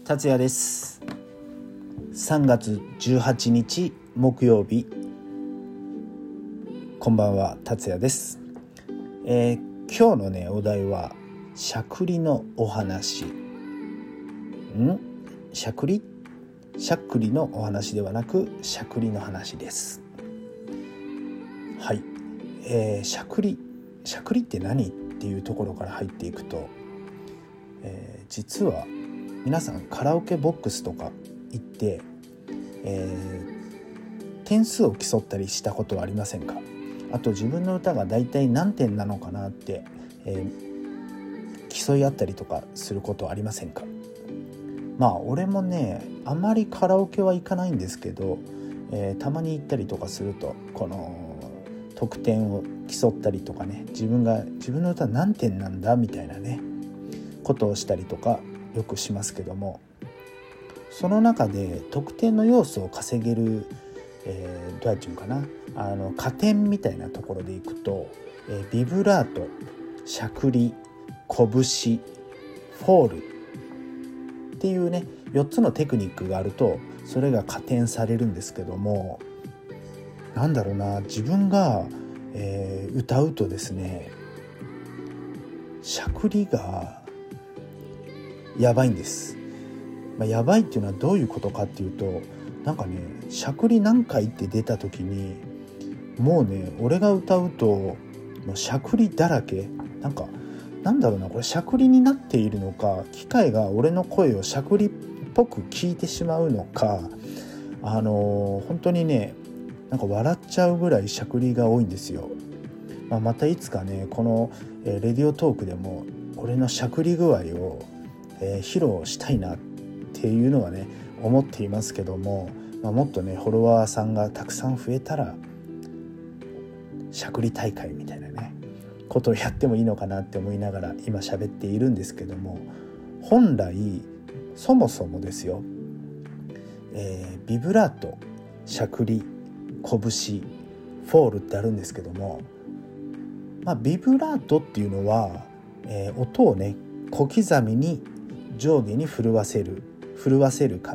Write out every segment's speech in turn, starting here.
達也です。3月18日木曜日、こんばんは、達也です。今日のねお題はしゃくりのお話。しゃくりのお話ではなくしゃくりの話です。はい、しゃくりって何っていうところから入っていくと、実は皆さんカラオケボックスとか行って、点数を競ったりしたことはありませんか？あと自分の歌がだいたい何点なのかなって、競い合ったりとかすることはありませんか？俺もねあまりカラオケは行かないんですけど、たまに行ったりとかするとこの得点を競ったりとかね、自分の歌何点なんだみたいなねことをしたりとかよくしますけども、その中で得点の要素を稼げる、どうやっていうかな、加点みたいなところでいくと、ビブラート、しゃくり、こぶし、フォールっていうね4つのテクニックがあるとそれが加点されるんですけども、自分が、歌うとですね、しゃくりがやばいんです。やばいっていうのはどういうことかっていうと、しゃくり何回って出た時にもうね俺が歌うともうしゃくりだらけ、これしゃくりになっているのか、機械が俺の声をしゃくりっぽく聞いてしまうのか、本当にね笑っちゃうぐらいしゃくりが多いんですよ。またいつかねこの、レディオトークでも俺のしゃくり具合を、披露したいなっていうのはね思っていますけども、もっとねフォロワーさんがたくさん増えたらしゃくり大会みたいなねことをやってもいいのかなって思いながら今喋っているんですけども、本来そもそもですよ、ビブラート、しゃくり、こぶし、フォールってあるんですけども、ビブラートっていうのは、音をね小刻みに上下に震わせるか、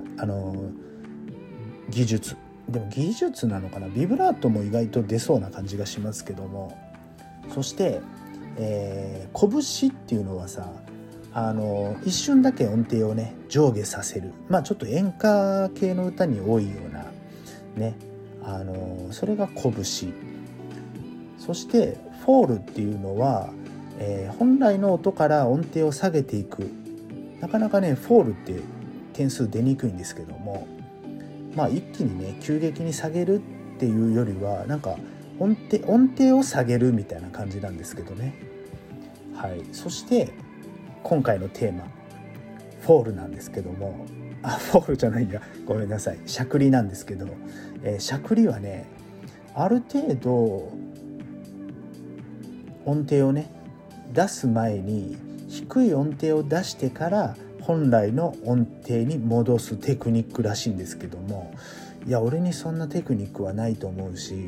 技術でも技術なのかな、ビブラートも意外と出そうな感じがしますけども、そして、こぶしっていうのはさ、一瞬だけ音程をね上下させる、ちょっと演歌系の歌に多いようなね、それがこぶし。そしてフォールっていうのは、本来の音から音程を下げていく。なかなかねフォールって点数出にくいんですけども、一気にね急激に下げるっていうよりは音程を下げるみたいな感じなんですけどね。はい、そして今回のテーマフォールなんですけども、フォールじゃないや、ごめんなさい、しゃくりなんですけど、しゃくりはねある程度音程をね出す前に低い音程を出してから本来の音程に戻すテクニックらしいんですけども、いや俺にそんなテクニックはないと思うし、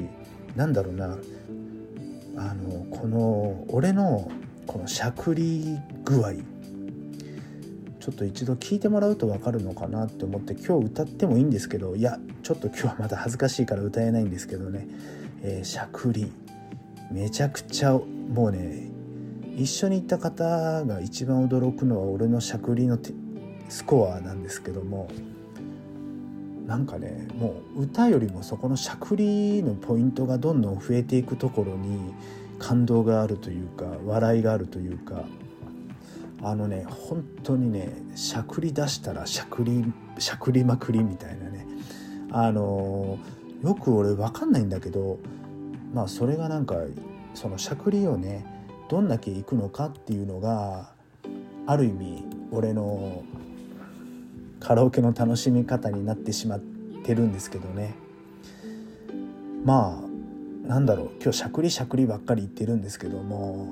この俺のこのしゃくり具合ちょっと一度聞いてもらうと分かるのかなって思って今日歌ってもいいんですけど、いやちょっと今日はまだ恥ずかしいから歌えないんですけどね、しゃくりめちゃくちゃもうね、一緒に行った方が一番驚くのは俺のしゃくりのスコアなんですけども、もう歌よりもそこのしゃくりのポイントがどんどん増えていくところに感動があるというか笑いがあるというか、本当にねしゃくり出したらしゃくりまくりみたいなね、よく俺分かんないんだけど、それがそのしゃくりをねどんだけいくのかっていうのがある意味俺のカラオケの楽しみ方になってしまってるんですけどね。今日しゃくりばっかり言ってるんですけども、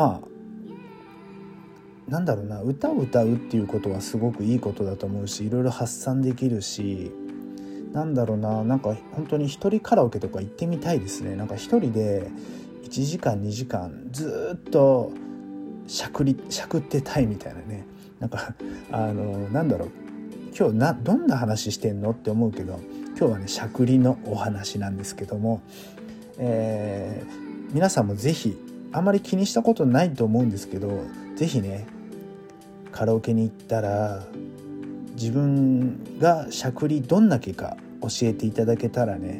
歌を歌うっていうことはすごくいいことだと思うし、いろいろ発散できるし、本当に一人カラオケとか行ってみたいですね。一人で1時間2時間ずっとしゃくってたいみたいなね、 今日どんな話してんのって思うけど、今日はねしゃくりのお話なんですけども、皆さんもぜひ、あまり気にしたことないと思うんですけど、ぜひねカラオケに行ったら自分がしゃくりどんだけか教えていただけたらね、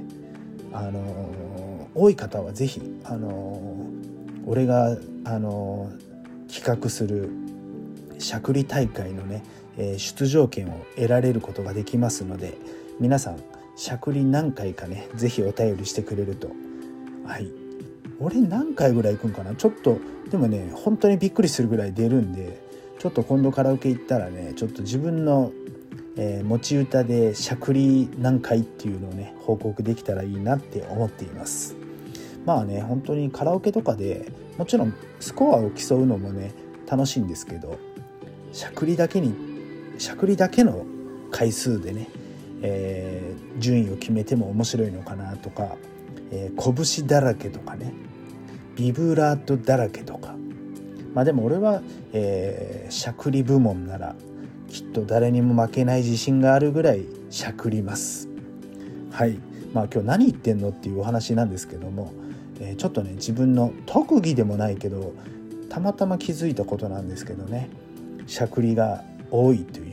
多い方はぜひ俺が企画するしゃくり大会のね、出場権を得られることができますので、皆さんしゃくり何回かねぜひお便りしてくれると、俺何回ぐらい行くんかな、ちょっとでもね本当にびっくりするぐらい出るんで、ちょっと今度カラオケ行ったらねちょっと自分の、持ち歌でしゃくり何回っていうのをね報告できたらいいなって思っています。まあね、本当にカラオケとかでもちろんスコアを競うのもね楽しいんですけど、しゃくりだけの回数でね、順位を決めても面白いのかなとか、拳だらけとかね、ビブラートだらけとか、でも俺は、しゃくり部門ならきっと誰にも負けない自信があるぐらいしゃくります。今日何言ってんのっていうお話なんですけども、ちょっとね自分の特技でもないけどたまたま気づいたことなんですけどね、しゃくりが多いという。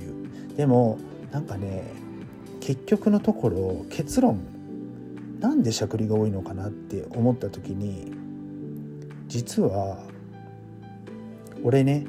でもなんかね、結局のところ結論なんでしゃくりが多いのかなって思った時に、実は俺ね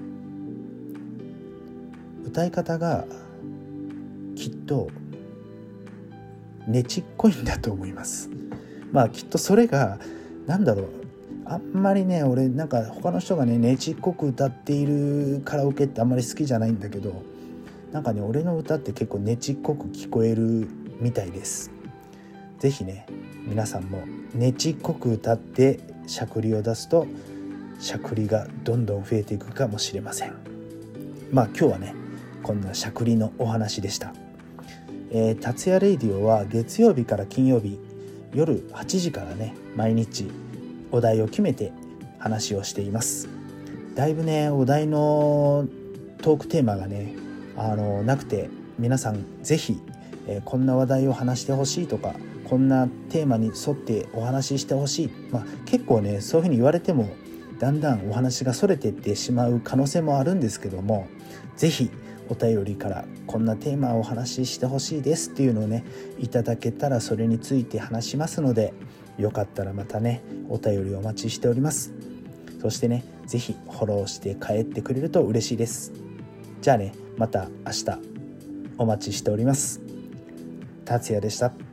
歌い方がきっとねちっこいんだと思います。きっとそれがあんまりね俺なんか他の人がねちっこく歌っているカラオケってあんまり好きじゃないんだけど、俺の歌って結構ねちっこく聞こえるみたいです。ぜひね皆さんもねちっこく歌ってしゃくりを出すとしゃくりがどんどん増えていくかもしれません。今日はねこんなしゃくりのお話でした。達也レイディオは月曜日から金曜日夜8時からね毎日お題を決めて話をしています。だいぶねお題のトークテーマがねなくて、皆さんぜひ、こんな話題を話してほしいとか、こんなテーマに沿ってお話ししてほしい、結構ねそういうふうに言われてもだんだんお話がそれていってしまう可能性もあるんですけども、ぜひお便りからこんなテーマをお話ししてほしいですっていうのをねいただけたら、それについて話しますので、よかったらまたねお便りお待ちしております。そしてねぜひフォローして帰ってくれると嬉しいです。じゃあねまた明日お待ちしております。達也でした。